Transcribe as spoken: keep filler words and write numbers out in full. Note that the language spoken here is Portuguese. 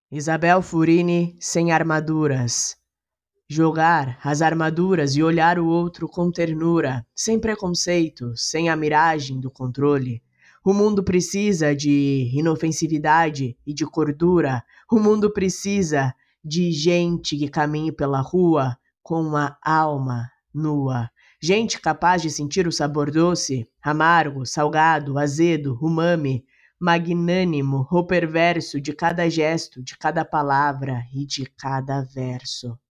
Isabel Furini sem armaduras. Jogar as armaduras e olhar o outro com ternura, sem preconceito, sem a miragem do controle. O mundo precisa de inofensividade e de cordura. O mundo precisa de gente que caminhe pela rua com a alma nua. Gente capaz de sentir o sabor doce, amargo, salgado, azedo, umami, magnânimo ou perverso de cada gesto, de cada palavra e de cada verso.